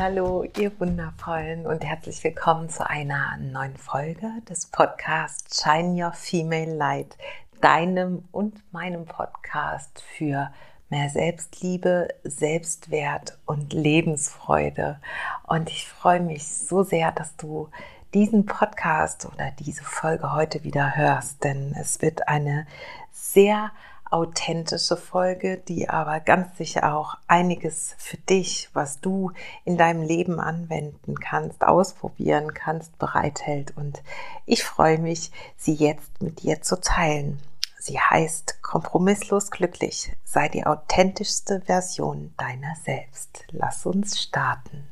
Hallo, ihr Wundervollen und herzlich willkommen zu einer neuen Folge des Podcasts Shine Your Female Light, deinem und meinem Podcast für mehr Selbstliebe, Selbstwert und Lebensfreude. Und ich freue mich so sehr, dass du diesen Podcast oder diese Folge heute wieder hörst, denn es wird eine sehr authentische Folge, die aber ganz sicher auch einiges für dich, was du in deinem Leben anwenden kannst, ausprobieren kannst, bereithält. Und ich freue mich, sie jetzt mit dir zu teilen. Sie heißt Kompromisslos glücklich. Sei die authentischste Version deiner selbst. Lass uns starten.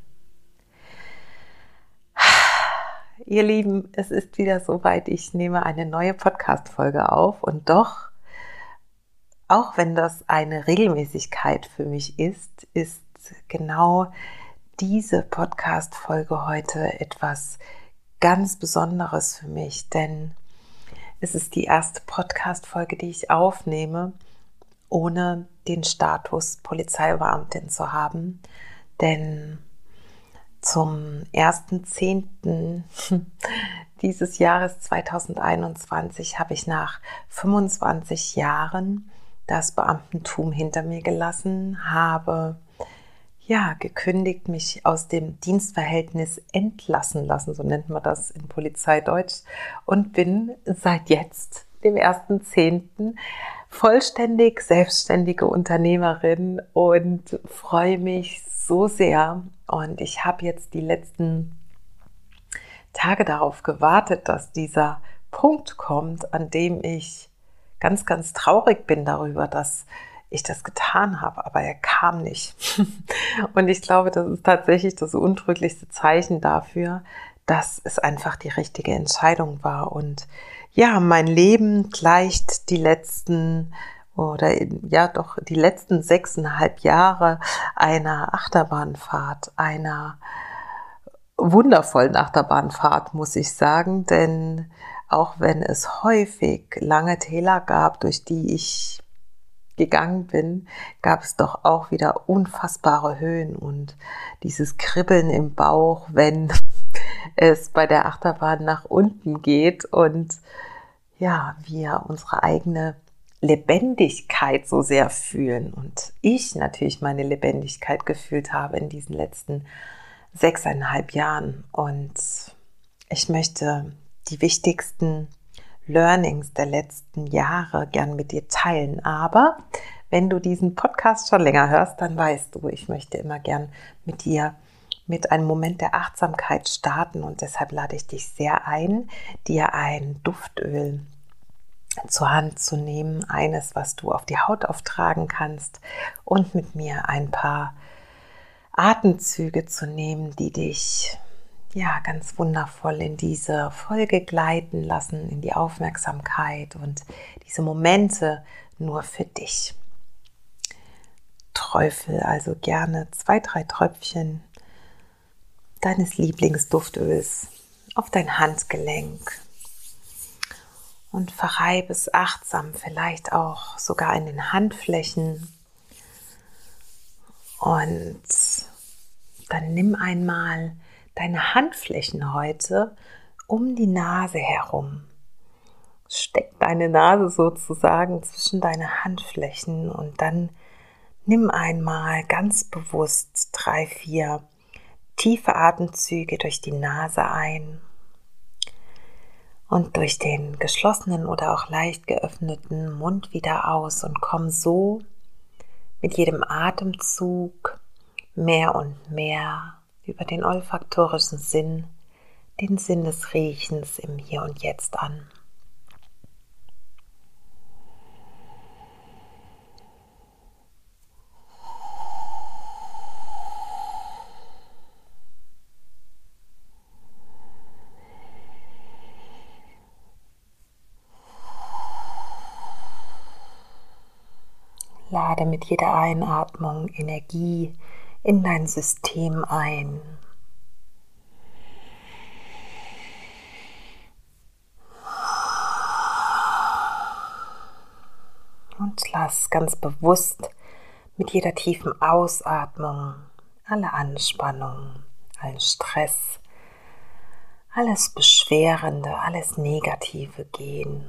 Ihr Lieben, es ist wieder soweit. Ich nehme eine neue Podcast-Folge auf und doch, auch wenn das eine Regelmäßigkeit für mich ist genau diese Podcast-Folge heute etwas ganz Besonderes für mich, denn es ist die erste Podcast-Folge, die ich aufnehme, ohne den Status Polizeibeamtin zu haben, denn zum 1.10. dieses Jahres 2021 habe ich nach 25 Jahren das Beamtentum hinter mir gelassen, habe gekündigt, mich aus dem Dienstverhältnis entlassen lassen, so nennt man das in Polizeideutsch, und bin seit jetzt, dem 1.10., vollständig selbstständige Unternehmerin und freue mich so sehr. Und ich habe jetzt die letzten Tage darauf gewartet, dass dieser Punkt kommt, an dem ich ganz, ganz traurig bin darüber, dass ich das getan habe, aber er kam nicht. Und ich glaube, das ist tatsächlich das untrüglichste Zeichen dafür, dass es einfach die richtige Entscheidung war. Und ja, mein Leben gleicht die letzten die letzten 6,5 Jahre einer Achterbahnfahrt, einer wundervollen Achterbahnfahrt, muss ich sagen, denn auch wenn es häufig lange Täler gab, durch die ich gegangen bin, gab es doch auch wieder unfassbare Höhen und dieses Kribbeln im Bauch, wenn es bei der Achterbahn nach unten geht und wir unsere eigene Lebendigkeit so sehr fühlen und ich natürlich meine Lebendigkeit gefühlt habe in diesen letzten 6,5 Jahren. Und ich möchte die wichtigsten Learnings der letzten Jahre gern mit dir teilen. Aber wenn du diesen Podcast schon länger hörst, dann weißt du, ich möchte immer gern mit dir mit einem Moment der Achtsamkeit starten und deshalb lade ich dich sehr ein, dir ein Duftöl zur Hand zu nehmen, eines, was du auf die Haut auftragen kannst und mit mir ein paar Atemzüge zu nehmen, die dich ganz wundervoll in diese Folge gleiten lassen, in die Aufmerksamkeit und diese Momente nur für dich. Träufel also gerne 2, 3 Tröpfchen deines Lieblingsduftöls auf dein Handgelenk und verreibe es achtsam, vielleicht auch sogar in den Handflächen. Und dann nimm einmal deine Handflächen heute um die Nase herum. Steck deine Nase sozusagen zwischen deine Handflächen und dann nimm einmal ganz bewusst 3, 4 tiefe Atemzüge durch die Nase ein und durch den geschlossenen oder auch leicht geöffneten Mund wieder aus und komm so mit jedem Atemzug mehr und mehr über den olfaktorischen Sinn, den Sinn des Riechens im Hier und Jetzt an. Lade mit jeder Einatmung Energie in dein System ein. Und lass ganz bewusst mit jeder tiefen Ausatmung alle Anspannung, allen Stress, alles Beschwerende, alles Negative gehen.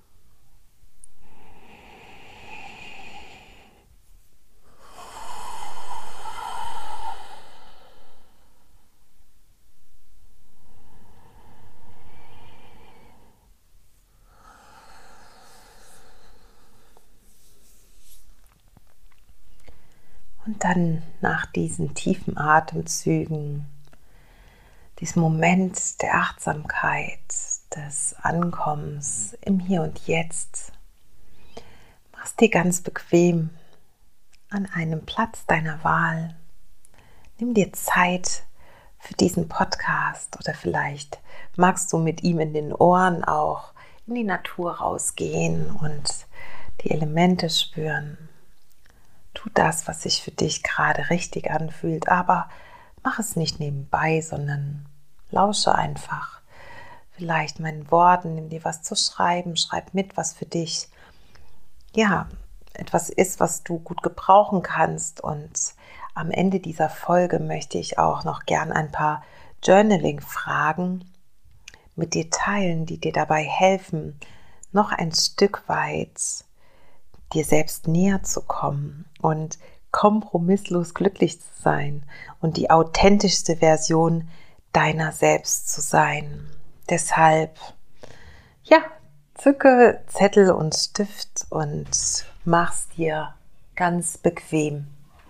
Und dann nach diesen tiefen Atemzügen, diesem Moment der Achtsamkeit, des Ankommens im Hier und Jetzt, machst dir ganz bequem an einem Platz deiner Wahl. Nimm dir Zeit für diesen Podcast oder vielleicht magst du mit ihm in den Ohren auch in die Natur rausgehen und die Elemente spüren. Tu das, was sich für dich gerade richtig anfühlt, aber mach es nicht nebenbei, sondern lausche einfach. Vielleicht meinen Worten, nimm dir was zu schreiben, schreib mit, was für dich etwas ist, was du gut gebrauchen kannst. Und am Ende dieser Folge möchte ich auch noch gern ein paar Journaling-Fragen mit dir teilen, die dir dabei helfen, noch ein Stück weit dir selbst näher zu kommen und kompromisslos glücklich zu sein und die authentischste Version deiner selbst zu sein. Deshalb, zücke Zettel und Stift und mach's dir ganz bequem.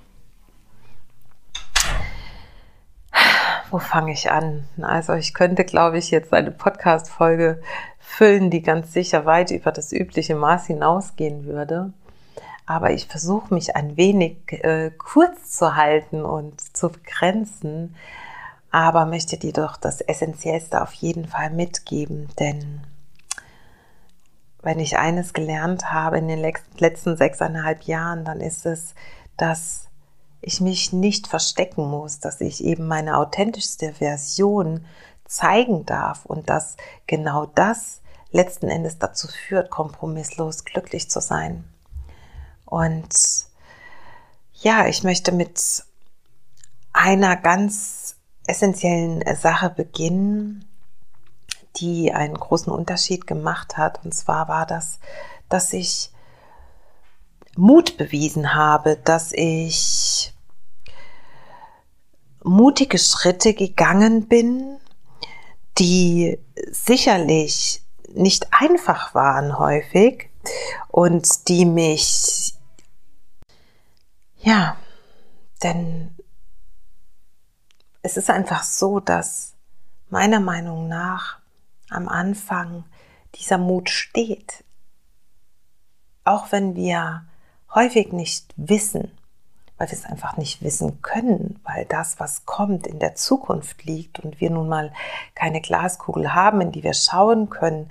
Wo fange ich an? Also ich könnte, glaube ich, jetzt eine Podcast-Folge füllen, die ganz sicher weit über das übliche Maß hinausgehen würde. Aber ich versuche mich ein wenig kurz zu halten und zu begrenzen, aber möchte dir doch das Essentiellste auf jeden Fall mitgeben, denn wenn ich eines gelernt habe in den letzten 6,5 Jahren, dann ist es, dass ich mich nicht verstecken muss, dass ich eben meine authentischste Version zeigen darf und dass genau das letzten Endes dazu führt, kompromisslos glücklich zu sein. Und ich möchte mit einer ganz essentiellen Sache beginnen, die einen großen Unterschied gemacht hat. Und zwar war das, dass ich Mut bewiesen habe, dass ich mutige Schritte gegangen bin, die sicherlich nicht einfach waren häufig und die mich, denn es ist einfach so, dass meiner Meinung nach am Anfang dieser Mut steht. Auch wenn wir häufig nicht wissen, weil wir es einfach nicht wissen können, weil das, was kommt, in der Zukunft liegt und wir nun mal keine Glaskugel haben, in die wir schauen können,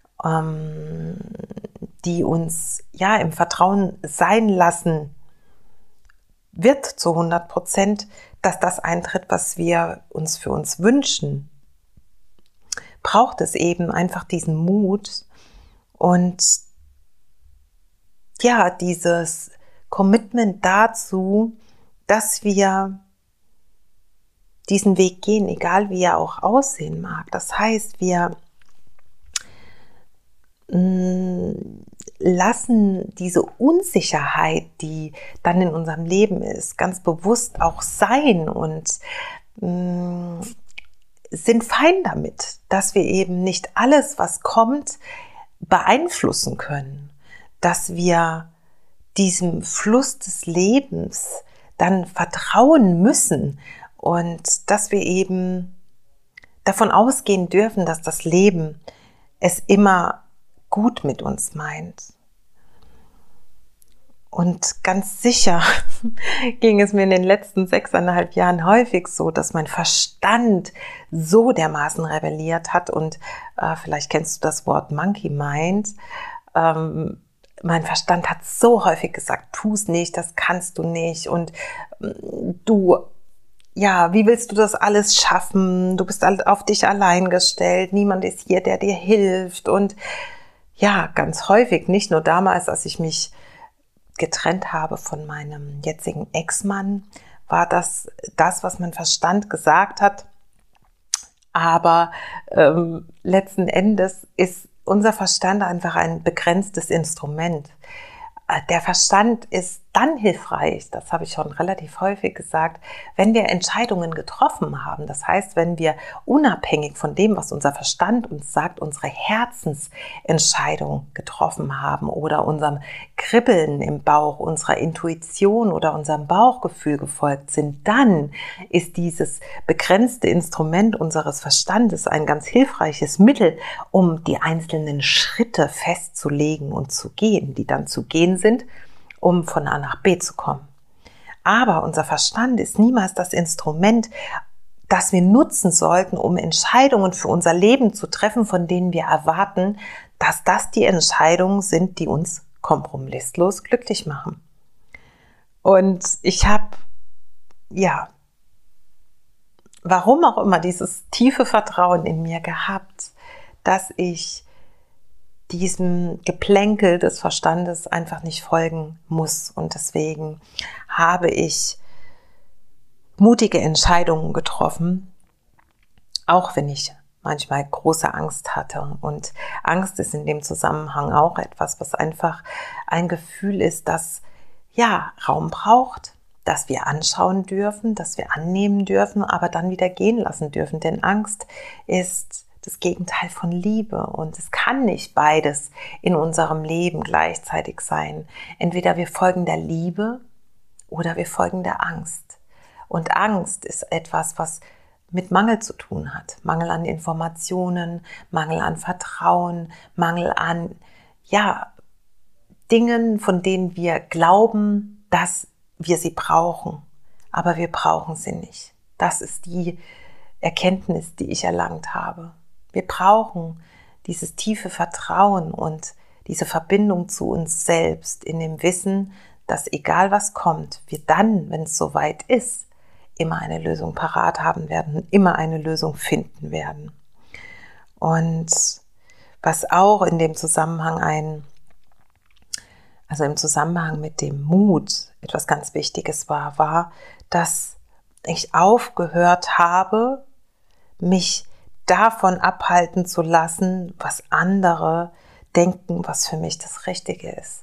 die uns im Vertrauen sein lassen wird zu 100%, dass das eintritt, was wir uns für uns wünschen, braucht es eben einfach diesen Mut und dieses Commitment dazu, dass wir diesen Weg gehen, egal wie er auch aussehen mag. Das heißt, wir lassen diese Unsicherheit, die dann in unserem Leben ist, ganz bewusst auch sein und sind fein damit, dass wir eben nicht alles, was kommt, beeinflussen können, dass wir diesem Fluss des Lebens dann vertrauen müssen und dass wir eben davon ausgehen dürfen, dass das Leben es immer gut mit uns meint. Und ganz sicher ging es mir in den letzten 6,5 Jahren häufig so, dass mein Verstand so dermaßen rebelliert hat und vielleicht kennst du das Wort Monkey Mind. Mein Verstand hat so häufig gesagt, tu es nicht, das kannst du nicht und wie willst du das alles schaffen? Du bist auf dich allein gestellt, niemand ist hier, der dir hilft und ganz häufig, nicht nur damals, als ich mich getrennt habe von meinem jetzigen Ex-Mann, war das, was mein Verstand gesagt hat. Aber letzten Endes ist unser Verstand einfach ein begrenztes Instrument. Der Verstand ist dann hilfreich, das habe ich schon relativ häufig gesagt, wenn wir Entscheidungen getroffen haben. Das heißt, wenn wir unabhängig von dem, was unser Verstand uns sagt, unsere Herzensentscheidung getroffen haben oder unserem Kribbeln im Bauch, unserer Intuition oder unserem Bauchgefühl gefolgt sind, dann ist dieses begrenzte Instrument unseres Verstandes ein ganz hilfreiches Mittel, um die einzelnen Schritte festzulegen und zu gehen, die dann zu gehen sind, um von A nach B zu kommen. Aber unser Verstand ist niemals das Instrument, das wir nutzen sollten, um Entscheidungen für unser Leben zu treffen, von denen wir erwarten, dass das die Entscheidungen sind, die uns kompromisslos glücklich machen. Und ich habe, warum auch immer, dieses tiefe Vertrauen in mir gehabt, dass ich diesem Geplänkel des Verstandes einfach nicht folgen muss. Und deswegen habe ich mutige Entscheidungen getroffen, auch wenn ich manchmal große Angst hatte. Und Angst ist in dem Zusammenhang auch etwas, was einfach ein Gefühl ist, das Raum braucht, das wir anschauen dürfen, das wir annehmen dürfen, aber dann wieder gehen lassen dürfen. Denn Angst ist das Gegenteil von Liebe und es kann nicht beides in unserem Leben gleichzeitig sein. Entweder wir folgen der Liebe oder wir folgen der Angst. Und Angst ist etwas, was mit Mangel zu tun hat. Mangel an Informationen, Mangel an Vertrauen, Mangel an Dingen, von denen wir glauben, dass wir sie brauchen. Aber wir brauchen sie nicht. Das ist die Erkenntnis, die ich erlangt habe. Wir brauchen dieses tiefe Vertrauen und diese Verbindung zu uns selbst in dem Wissen, dass egal was kommt, wir dann, wenn es soweit ist, immer eine Lösung parat haben werden und immer eine Lösung finden werden. Und was auch in dem Zusammenhang im Zusammenhang mit dem Mut etwas ganz Wichtiges war, dass ich aufgehört habe, mich davon abhalten zu lassen, was andere denken, was für mich das Richtige ist.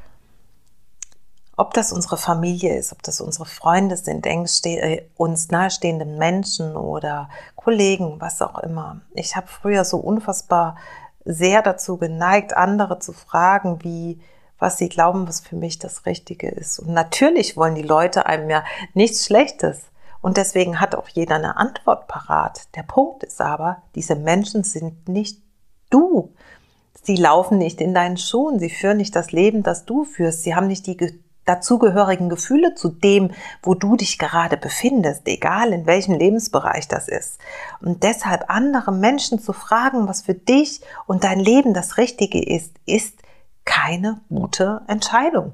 Ob das unsere Familie ist, ob das unsere Freunde sind, uns nahestehende Menschen oder Kollegen, was auch immer. Ich habe früher so unfassbar sehr dazu geneigt, andere zu fragen, was sie glauben, was für mich das Richtige ist. Und natürlich wollen die Leute einem ja nichts Schlechtes. Und deswegen hat auch jeder eine Antwort parat. Der Punkt ist aber, diese Menschen sind nicht du. Sie laufen nicht in deinen Schuhen. Sie führen nicht das Leben, das du führst. Sie haben nicht die dazugehörigen Gefühle zu dem, wo du dich gerade befindest, egal in welchem Lebensbereich das ist. Und deshalb andere Menschen zu fragen, was für dich und dein Leben das Richtige ist keine gute Entscheidung.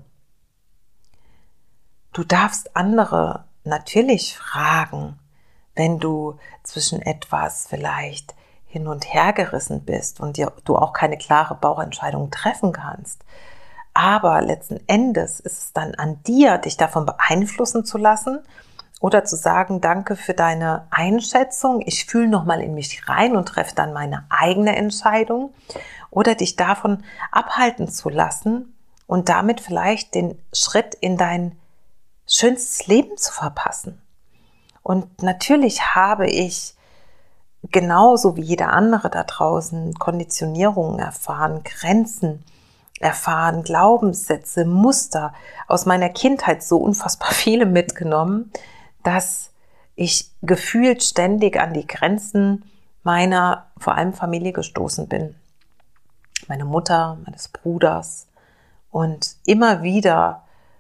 Du darfst andere natürlich fragen, wenn du zwischen etwas vielleicht hin und her gerissen bist und du auch keine klare Bauchentscheidung treffen kannst. Aber letzten Endes ist es dann an dir, dich davon beeinflussen zu lassen oder zu sagen, danke für deine Einschätzung, ich fühle nochmal in mich rein und treffe dann meine eigene Entscheidung, oder dich davon abhalten zu lassen und damit vielleicht den Schritt in dein schönstes Leben zu verpassen. Und natürlich habe ich genauso wie jeder andere da draußen Konditionierungen erfahren, Grenzen erfahren, Glaubenssätze, Muster aus meiner Kindheit so unfassbar viele mitgenommen, dass ich gefühlt ständig an die Grenzen meiner vor allem Familie gestoßen bin. Meine Mutter, meines Bruders und immer wieder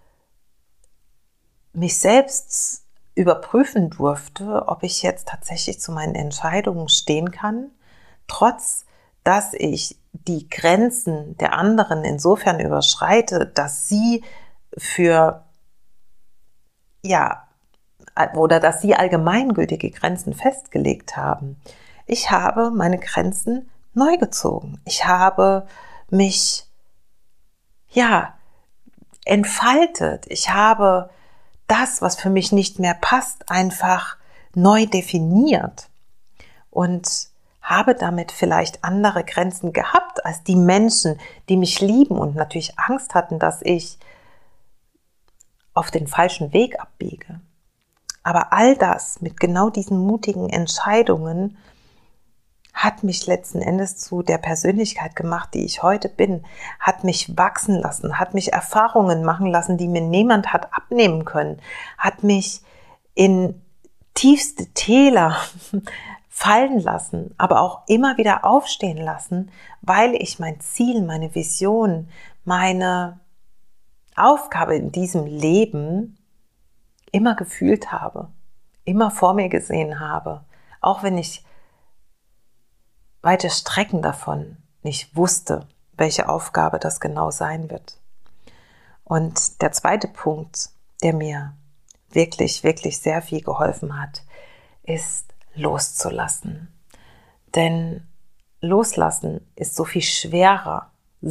mich selbst überprüfen durfte, ob ich jetzt tatsächlich zu meinen Entscheidungen stehen kann, trotz dass ich die Grenzen der anderen insofern überschreite, dass sie dass sie allgemeingültige Grenzen festgelegt haben. Ich habe meine Grenzen neu gezogen. Ich habe mich entfaltet. Ich habe das, was für mich nicht mehr passt, einfach neu definiert und habe damit vielleicht andere Grenzen gehabt als die Menschen, die mich lieben und natürlich Angst hatten, dass ich auf den falschen Weg abbiege. Aber all das mit genau diesen mutigen Entscheidungen hat mich letzten Endes zu der Persönlichkeit gemacht, die ich heute bin, hat mich wachsen lassen, hat mich Erfahrungen machen lassen, die mir niemand hat abnehmen können, hat mich in tiefste Täler fallen lassen, aber auch immer wieder aufstehen lassen, weil ich mein Ziel, meine Vision, meine Aufgabe in diesem Leben immer gefühlt habe, immer vor mir gesehen habe, auch wenn ich weite Strecken davon nicht wusste, welche Aufgabe das genau sein wird. Und der zweite Punkt, der mir wirklich, wirklich sehr viel geholfen hat, ist loszulassen. Denn loslassen ist so viel schwerer,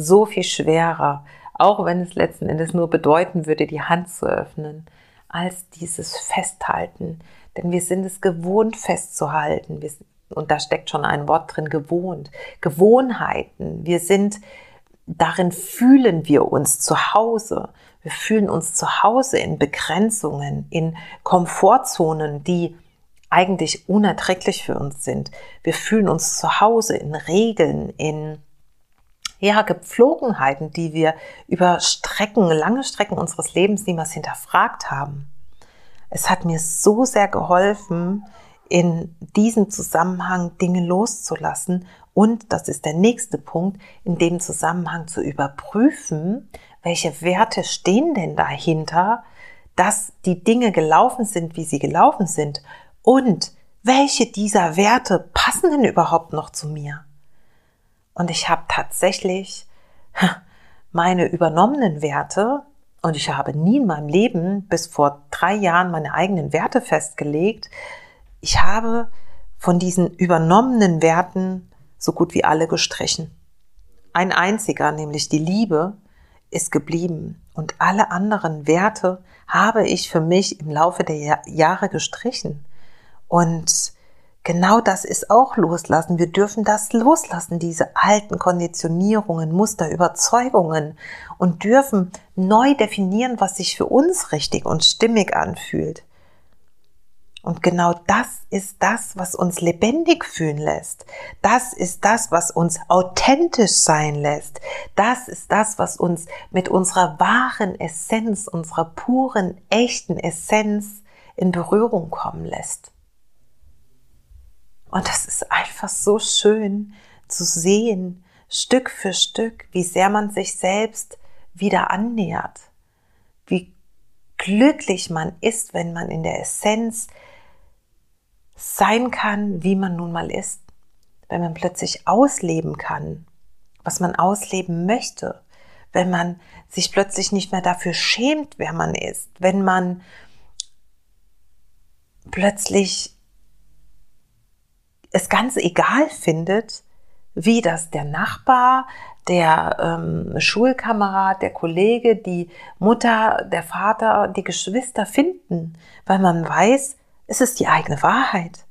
auch wenn es letzten Endes nur bedeuten würde, die Hand zu öffnen, als dieses Festhalten. Denn wir sind es gewohnt, festzuhalten. Und da steckt schon ein Wort drin, gewohnt. Gewohnheiten. Darin fühlen wir uns zu Hause. Wir fühlen uns zu Hause in Begrenzungen, in Komfortzonen, die eigentlich unerträglich für uns sind. Wir fühlen uns zu Hause in Regeln, in Gepflogenheiten, die wir über lange Strecken unseres Lebens niemals hinterfragt haben. Es hat mir so sehr geholfen, in diesem Zusammenhang Dinge loszulassen und, das ist der nächste Punkt, in dem Zusammenhang zu überprüfen, welche Werte stehen denn dahinter, dass die Dinge gelaufen sind, wie sie gelaufen sind und welche dieser Werte passen denn überhaupt noch zu mir? Und ich habe tatsächlich meine übernommenen Werte, und ich habe nie in meinem Leben bis vor 3 Jahren meine eigenen Werte festgelegt. Ich habe von diesen übernommenen Werten so gut wie alle gestrichen. Ein einziger, nämlich die Liebe, ist geblieben. Und alle anderen Werte habe ich für mich im Laufe der Jahre gestrichen. Und genau das ist auch loslassen. Wir dürfen das loslassen, diese alten Konditionierungen, Muster, Überzeugungen und dürfen neu definieren, was sich für uns richtig und stimmig anfühlt. Und genau das ist das, was uns lebendig fühlen lässt. Das ist das, was uns authentisch sein lässt. Das ist das, was uns mit unserer wahren Essenz, unserer puren, echten Essenz in Berührung kommen lässt. Und das ist einfach so schön zu sehen, Stück für Stück, wie sehr man sich selbst wieder annähert. Wie glücklich man ist, wenn man in der Essenz sein kann, wie man nun mal ist. Wenn man plötzlich ausleben kann, was man ausleben möchte. Wenn man sich plötzlich nicht mehr dafür schämt, wer man ist. Wenn man plötzlich es ganz egal findet, wie das der Nachbar, der Schulkamerad, der Kollege, die Mutter, der Vater, die Geschwister finden, weil man weiß, es ist die eigene Wahrheit.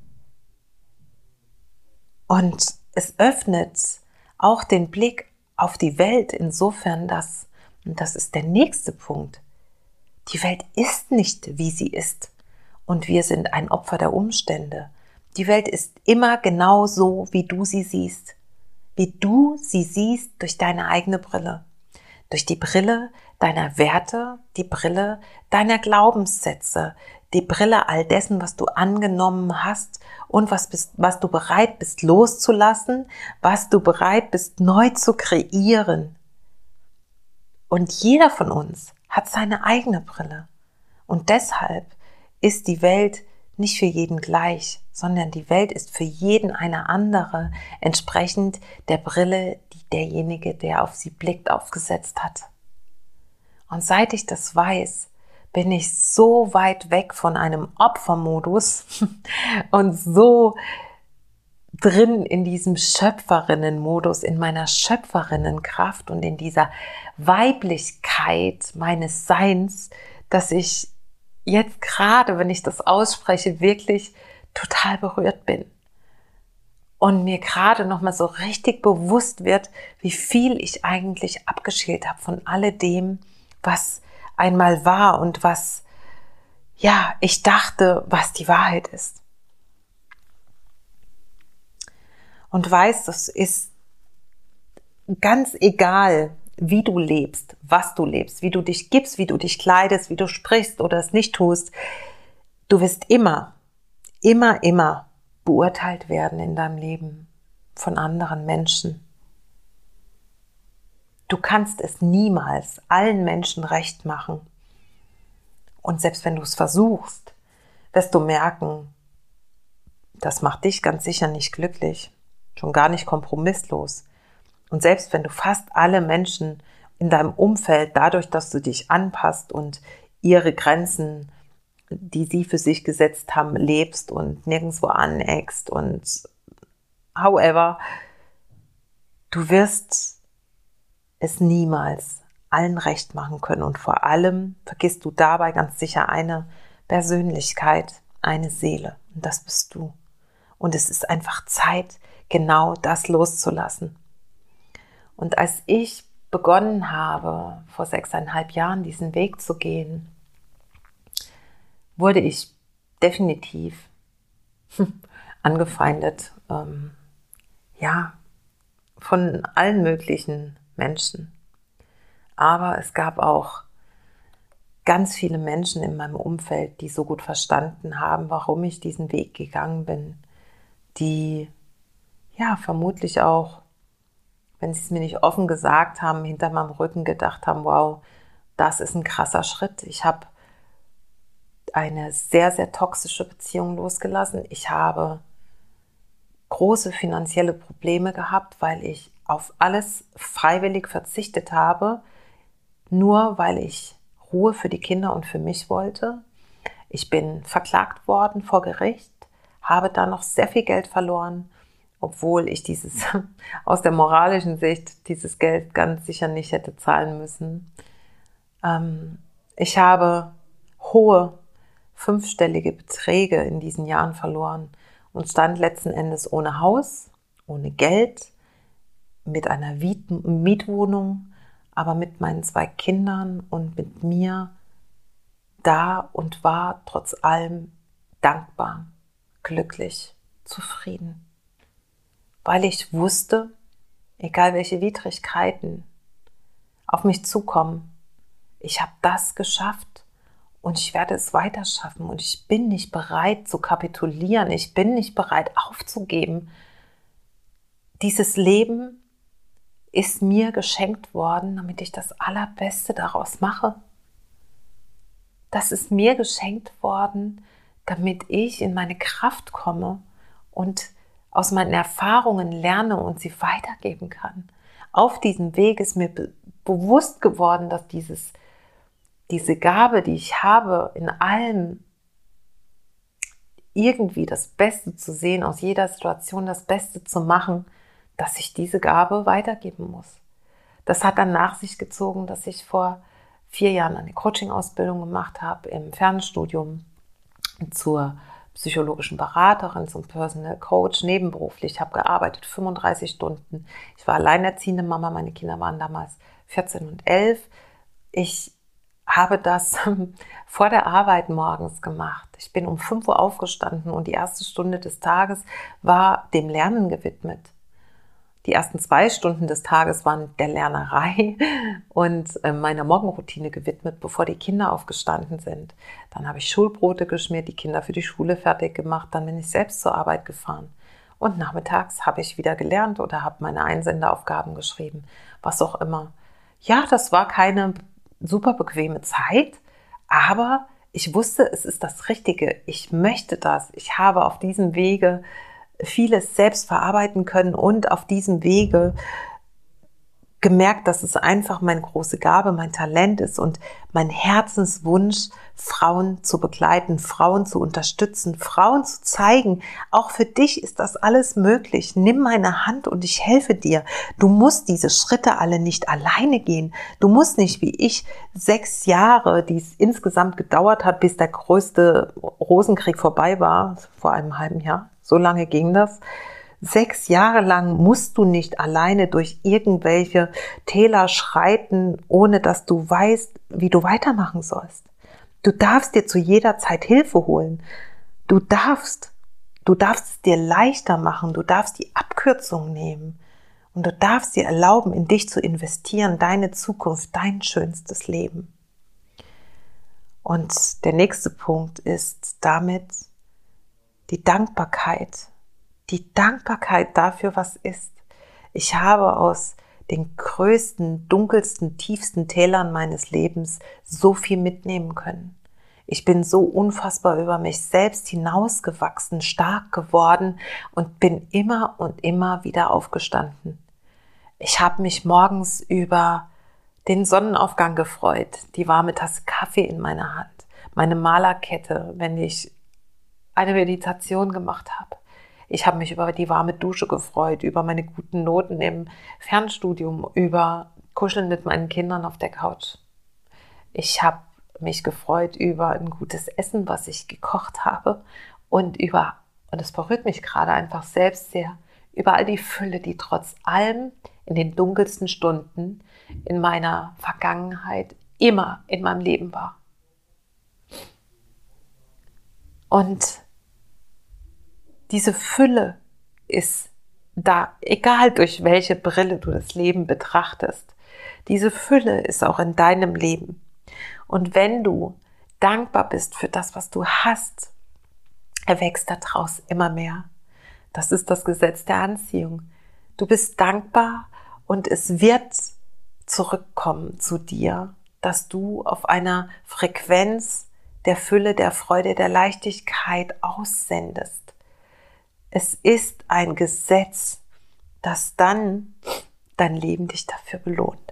Und es öffnet auch den Blick auf die Welt insofern, dass, und das ist der nächste Punkt, die Welt ist nicht, wie sie ist. Und wir sind ein Opfer der Umstände. Die Welt ist immer genau so, wie du sie siehst. Wie du sie siehst durch deine eigene Brille. Durch die Brille deiner Werte, die Brille deiner Glaubenssätze, die Brille all dessen, was du angenommen hast und was du bereit bist loszulassen, was du bereit bist neu zu kreieren. Und jeder von uns hat seine eigene Brille. Und deshalb ist die Welt nicht für jeden gleich, sondern die Welt ist für jeden eine andere, entsprechend der Brille, die derjenige, der auf sie blickt, aufgesetzt hat. Und seit ich das weiß, bin ich so weit weg von einem Opfermodus und so drin in diesem Schöpferinnenmodus, in meiner Schöpferinnenkraft und in dieser Weiblichkeit meines Seins, dass ich jetzt gerade, wenn ich das ausspreche, wirklich total berührt bin. Und mir gerade nochmal so richtig bewusst wird, wie viel ich eigentlich abgeschält habe von alledem, was einmal war und was, ja, ich dachte, was die Wahrheit ist. Und weißt, es ist ganz egal, wie du lebst, was du lebst, wie du dich gibst, wie du dich kleidest, wie du sprichst oder es nicht tust. Du wirst immer beurteilt werden in deinem Leben von anderen Menschen. Du kannst es niemals allen Menschen recht machen. Und selbst wenn du es versuchst, wirst du merken, das macht dich ganz sicher nicht glücklich, schon gar nicht kompromisslos. Und selbst wenn du fast alle Menschen in deinem Umfeld, dadurch, dass du dich anpasst und ihre Grenzen, die sie für sich gesetzt haben, lebst und nirgendwo aneckst und however, du wirst es niemals allen recht machen können. Und vor allem vergisst du dabei ganz sicher eine Persönlichkeit, eine Seele. Und das bist du. Und es ist einfach Zeit, genau das loszulassen. Und als ich begonnen habe, vor 6,5 Jahren diesen Weg zu gehen, wurde ich definitiv angefeindet, von allen möglichen Menschen. Aber es gab auch ganz viele Menschen in meinem Umfeld, die so gut verstanden haben, warum ich diesen Weg gegangen bin, die vermutlich auch, wenn sie es mir nicht offen gesagt haben, hinter meinem Rücken gedacht haben, wow, das ist ein krasser Schritt. Ich habe eine sehr, sehr toxische Beziehung losgelassen. Ich habe große finanzielle Probleme gehabt, weil ich auf alles freiwillig verzichtet habe, nur weil ich Ruhe für die Kinder und für mich wollte. Ich bin verklagt worden vor Gericht, habe da noch sehr viel Geld verloren, obwohl ich aus der moralischen Sicht dieses Geld ganz sicher nicht hätte zahlen müssen. Ich habe hohe 5-stellige Beträge in diesen Jahren verloren und stand letzten Endes ohne Haus, ohne Geld, mit einer Mietwohnung, aber mit meinen 2 Kindern und mit mir da und war trotz allem dankbar, glücklich, zufrieden. Weil ich wusste, egal welche Widrigkeiten auf mich zukommen, ich habe das geschafft und ich werde es weiter schaffen und ich bin nicht bereit zu kapitulieren, ich bin nicht bereit aufzugeben. Dieses Leben ist mir geschenkt worden, damit ich das Allerbeste daraus mache. Das ist mir geschenkt worden, damit ich in meine Kraft komme und aus meinen Erfahrungen lerne und sie weitergeben kann. Auf diesem Weg ist mir bewusst geworden, dass diese Gabe, die ich habe, in allem irgendwie das Beste zu sehen, aus jeder Situation das Beste zu machen, dass ich diese Gabe weitergeben muss. Das hat dann nach sich gezogen, dass ich vor 4 Jahren eine Coaching-Ausbildung gemacht habe im Fernstudium zur psychologischen Beraterin, zum Personal Coach, nebenberuflich. Ich habe gearbeitet, 35 Stunden. Ich war alleinerziehende Mama, meine Kinder waren damals 14 und 11. Ich habe das vor der Arbeit morgens gemacht. Ich bin um 5 Uhr aufgestanden und die erste Stunde des Tages war dem Lernen gewidmet. Die ersten 2 Stunden des Tages waren der Lernerei und meiner Morgenroutine gewidmet, bevor die Kinder aufgestanden sind. Dann habe ich Schulbrote geschmiert, die Kinder für die Schule fertig gemacht, dann bin ich selbst zur Arbeit gefahren. Und nachmittags habe ich wieder gelernt oder habe meine Einsenderaufgaben geschrieben, was auch immer. Ja, das war keine super bequeme Zeit, aber ich wusste, es ist das Richtige. Ich möchte das. Ich habe auf diesem Wege vieles selbst verarbeiten können und auf diesem Wege gemerkt, dass es einfach meine große Gabe, mein Talent ist und mein Herzenswunsch, Frauen zu begleiten, Frauen zu unterstützen, Frauen zu zeigen, auch für dich ist das alles möglich. Nimm meine Hand und ich helfe dir. Du musst diese Schritte alle nicht alleine gehen. Du musst nicht wie ich 6 Jahre, die es insgesamt gedauert hat, bis der größte Rosenkrieg vorbei war, vor einem halben Jahr, so lange ging das. 6 Jahre lang musst du nicht alleine durch irgendwelche Täler schreiten, ohne dass du weißt, wie du weitermachen sollst. Du darfst dir zu jeder Zeit Hilfe holen. Du darfst es dir leichter machen. Du darfst die Abkürzung nehmen. Und du darfst dir erlauben, in dich zu investieren, deine Zukunft, dein schönstes Leben. Und der nächste Punkt ist damit die Dankbarkeit. Die Dankbarkeit dafür, was ist. Ich habe aus den größten, dunkelsten, tiefsten Tälern meines Lebens so viel mitnehmen können. Ich bin so unfassbar über mich selbst hinausgewachsen, stark geworden und bin immer und immer wieder aufgestanden. Ich habe mich morgens über den Sonnenaufgang gefreut, die warme Tasse Kaffee in meiner Hand, meine Malerkette, wenn ich eine Meditation gemacht habe. Ich habe mich über die warme Dusche gefreut, über meine guten Noten im Fernstudium, über Kuscheln mit meinen Kindern auf der Couch. Ich habe mich gefreut über ein gutes Essen, was ich gekocht habe und es berührt mich gerade einfach selbst sehr, über all die Fülle, die trotz allem in den dunkelsten Stunden in meiner Vergangenheit immer in meinem Leben war. Und diese Fülle ist da, egal durch welche Brille du das Leben betrachtest. Diese Fülle ist auch in deinem Leben. Und wenn du dankbar bist für das, was du hast, erwächst daraus immer mehr. Das ist das Gesetz der Anziehung. Du bist dankbar und es wird zurückkommen zu dir, dass du auf einer Frequenz der Fülle, der Freude, der Leichtigkeit aussendest. Es ist ein Gesetz, das dann dein Leben dich dafür belohnt.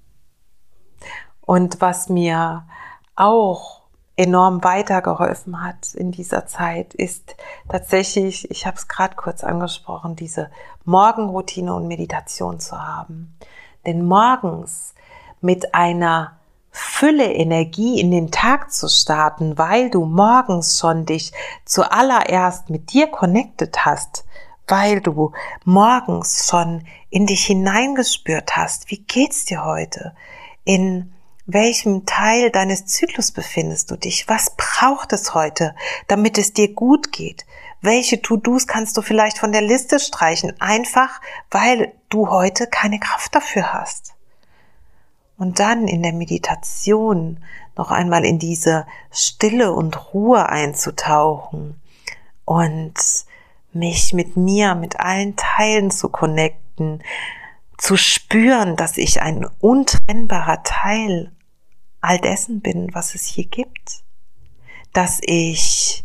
Und was mir auch enorm weitergeholfen hat in dieser Zeit, ist tatsächlich, ich habe es gerade kurz angesprochen, diese Morgenroutine und Meditation zu haben. Denn morgens mit einer Fülle Energie in den Tag zu starten, weil du morgens schon dich zuallererst mit dir connected hast, weil du morgens schon in dich hineingespürt hast, wie geht's dir heute? In welchem Teil deines Zyklus befindest du dich? Was braucht es heute, damit es dir gut geht? Welche To-Dos kannst du vielleicht von der Liste streichen, einfach weil du heute keine Kraft dafür hast? Und dann in der Meditation noch einmal in diese Stille und Ruhe einzutauchen und mich mit mir, mit allen Teilen zu connecten, zu spüren, dass ich ein untrennbarer Teil all dessen bin, was es hier gibt, dass ich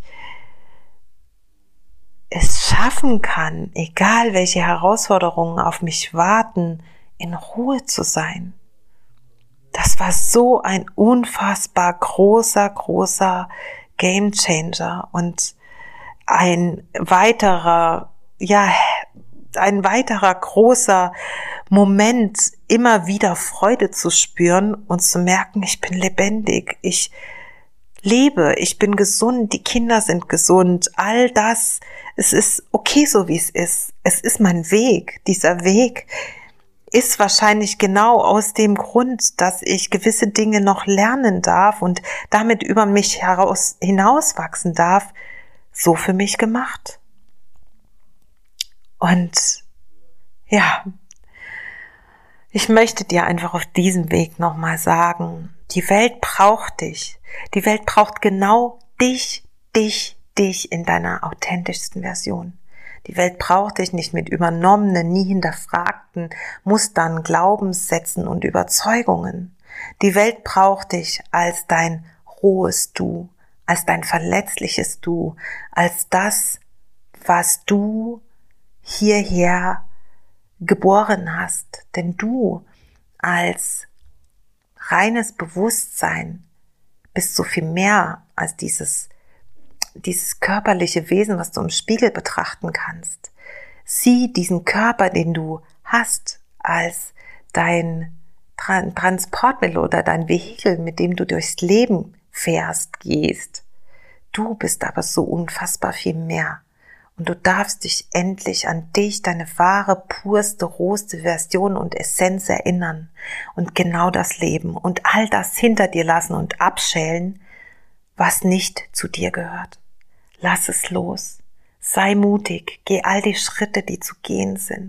es schaffen kann, egal welche Herausforderungen auf mich warten, in Ruhe zu sein. Das war so ein unfassbar großer Gamechanger und ein weiterer großer Moment, immer wieder Freude zu spüren und zu merken, ich bin lebendig, ich lebe, ich bin gesund, die Kinder sind gesund, all das, es ist okay so wie es ist mein Weg, dieser Weg ist wahrscheinlich genau aus dem Grund, dass ich gewisse Dinge noch lernen darf und damit über mich hinauswachsen darf, so für mich gemacht. Und ja, ich möchte dir einfach auf diesem Weg nochmal sagen, die Welt braucht dich. Die Welt braucht genau dich in deiner authentischsten Version. Die Welt braucht dich nicht mit übernommenen, nie hinterfragten Mustern, Glaubenssätzen und Überzeugungen. Die Welt braucht dich als dein rohes Du, als dein verletzliches Du, als das, was du hierher geboren hast. Denn du als reines Bewusstsein bist so viel mehr als dieses körperliche Wesen, was du im Spiegel betrachten kannst. Sieh diesen Körper, den du hast, als dein Transportmittel oder dein Vehikel, mit dem du durchs Leben fährst, gehst. Du bist aber so unfassbar viel mehr. Und du darfst dich endlich an dich, deine wahre, purste, rohste Version und Essenz erinnern und genau das leben und all das hinter dir lassen und abschälen, was nicht zu dir gehört. Lass es los. Sei mutig. Geh all die Schritte, die zu gehen sind.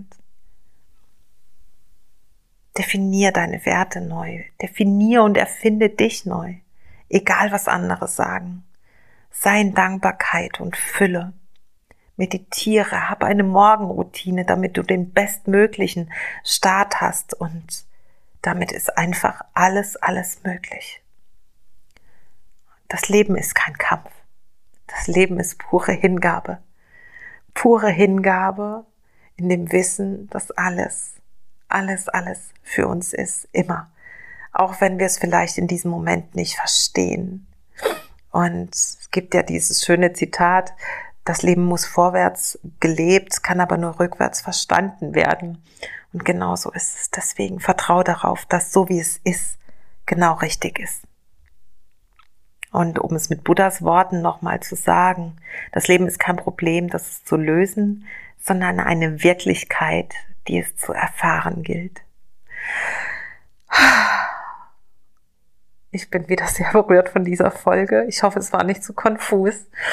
Definier deine Werte neu. Definier und erfinde dich neu. Egal, was andere sagen. Sei in Dankbarkeit und Fülle. Meditiere, hab eine Morgenroutine, damit du den bestmöglichen Start hast und damit ist einfach alles möglich. Das Leben ist kein Kampf. Das Leben ist pure Hingabe. Pure Hingabe in dem Wissen, dass alles für uns ist, immer. Auch wenn wir es vielleicht in diesem Moment nicht verstehen. Und es gibt ja dieses schöne Zitat, das Leben muss vorwärts gelebt, kann aber nur rückwärts verstanden werden. Und genau so ist es. Deswegen vertraue darauf, dass so wie es ist, genau richtig ist. Und um es mit Buddhas Worten nochmal zu sagen, das Leben ist kein Problem, das es zu lösen, sondern eine Wirklichkeit, die es zu erfahren gilt. Ich bin wieder sehr berührt von dieser Folge. Ich hoffe, es war nicht zu konfus.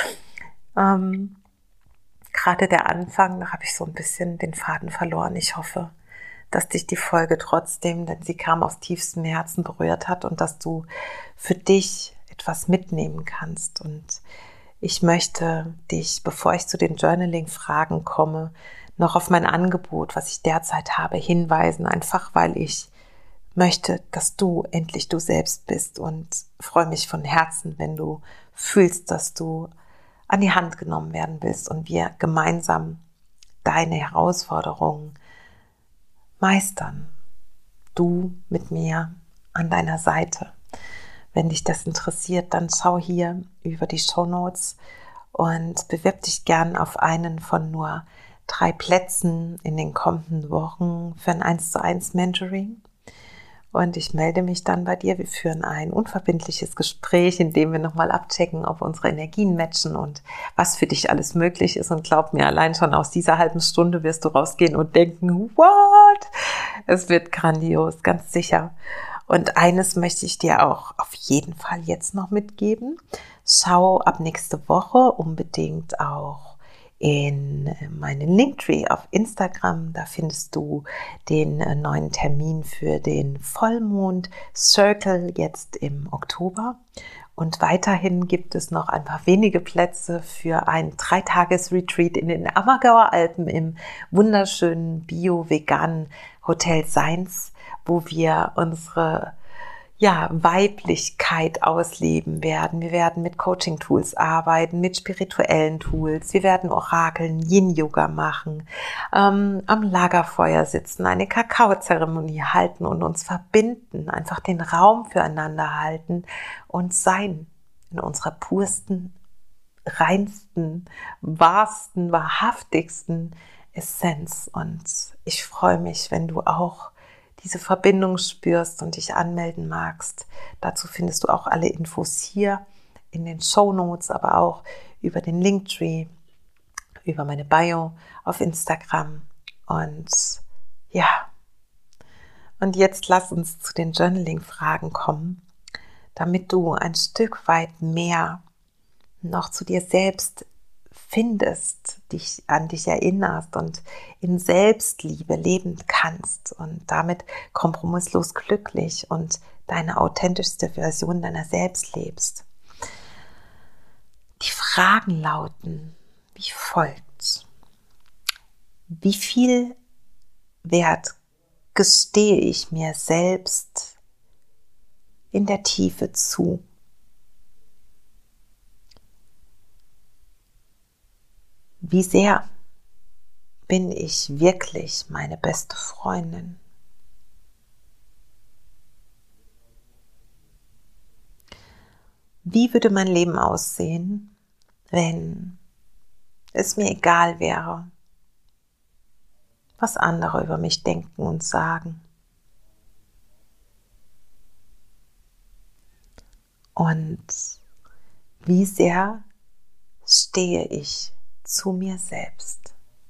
Gerade der Anfang, da habe ich so ein bisschen den Faden verloren. Ich hoffe, dass dich die Folge trotzdem, denn sie kam aus tiefstem Herzen, berührt hat und dass du für dich etwas mitnehmen kannst. Und ich möchte dich, bevor ich zu den Journaling-Fragen komme, noch auf mein Angebot, was ich derzeit habe, hinweisen, einfach weil ich möchte, dass du endlich du selbst bist und freue mich von Herzen, wenn du fühlst, dass du an die Hand genommen werden willst und wir gemeinsam deine Herausforderungen meistern. Du mit mir an deiner Seite. Wenn dich das interessiert, dann schau hier über die Shownotes und bewirb dich gern auf einen von nur 3 Plätzen in den kommenden Wochen für ein 1:1 Mentoring. Und ich melde mich dann bei dir. Wir führen ein unverbindliches Gespräch, in dem wir nochmal abchecken, ob unsere Energien matchen und was für dich alles möglich ist. Und glaub mir, allein schon aus dieser halben Stunde wirst du rausgehen und denken, what? Es wird grandios, ganz sicher. Und eines möchte ich dir auch auf jeden Fall jetzt noch mitgeben. Schau ab nächste Woche unbedingt auch in meinen Linktree auf Instagram. Da findest du den neuen Termin für den Vollmond Circle jetzt im Oktober. Und weiterhin gibt es noch ein paar wenige Plätze für ein 3-Tages-Retreat in den Ammergauer Alpen im wunderschönen bio-veganen Hotel Seins, wo wir unsere Weiblichkeit ausleben werden. Wir werden mit Coaching-Tools arbeiten, mit spirituellen Tools. Wir werden Orakeln, Yin-Yoga machen, am Lagerfeuer sitzen, eine Kakaozeremonie halten und uns verbinden, einfach den Raum füreinander halten und sein in unserer pursten, reinsten, wahrsten, wahrhaftigsten Essenz. Und ich freue mich, wenn du auch diese Verbindung spürst und dich anmelden magst. Dazu findest du auch alle Infos hier in den Shownotes, aber auch über den Linktree, über meine Bio auf Instagram. Und und jetzt lass uns zu den Journaling-Fragen kommen, damit du ein Stück weit mehr noch zu dir selbst findest, dich an dich erinnerst und in Selbstliebe leben kannst und damit kompromisslos glücklich und deine authentischste Version deiner selbst lebst. Die Fragen lauten wie folgt: Wie viel Wert gestehe ich mir selbst in der Tiefe zu? Wie sehr bin ich wirklich meine beste Freundin? Wie würde mein Leben aussehen, wenn es mir egal wäre, was andere über mich denken und sagen? Und wie sehr stehe ich zu mir selbst?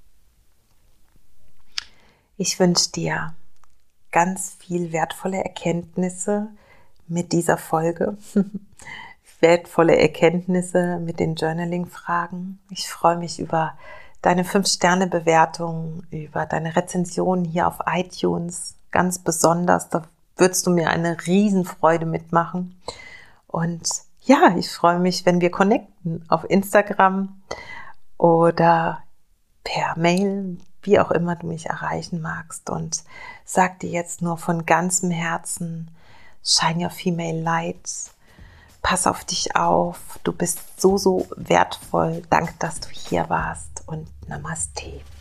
Ich wünsche dir ganz viel wertvolle Erkenntnisse mit dieser Folge. Wertvolle Erkenntnisse mit den Journaling-Fragen. Ich freue mich über deine 5-Sterne-Bewertung, über deine Rezensionen hier auf iTunes. Ganz besonders, da würdest du mir eine Riesenfreude mitmachen. Und ja, ich freue mich, wenn wir connecten auf Instagram oder per Mail, wie auch immer du mich erreichen magst. Und sag dir jetzt nur von ganzem Herzen, shine your female light. Pass auf dich auf. Du bist so, so wertvoll. Danke, dass du hier warst und Namaste.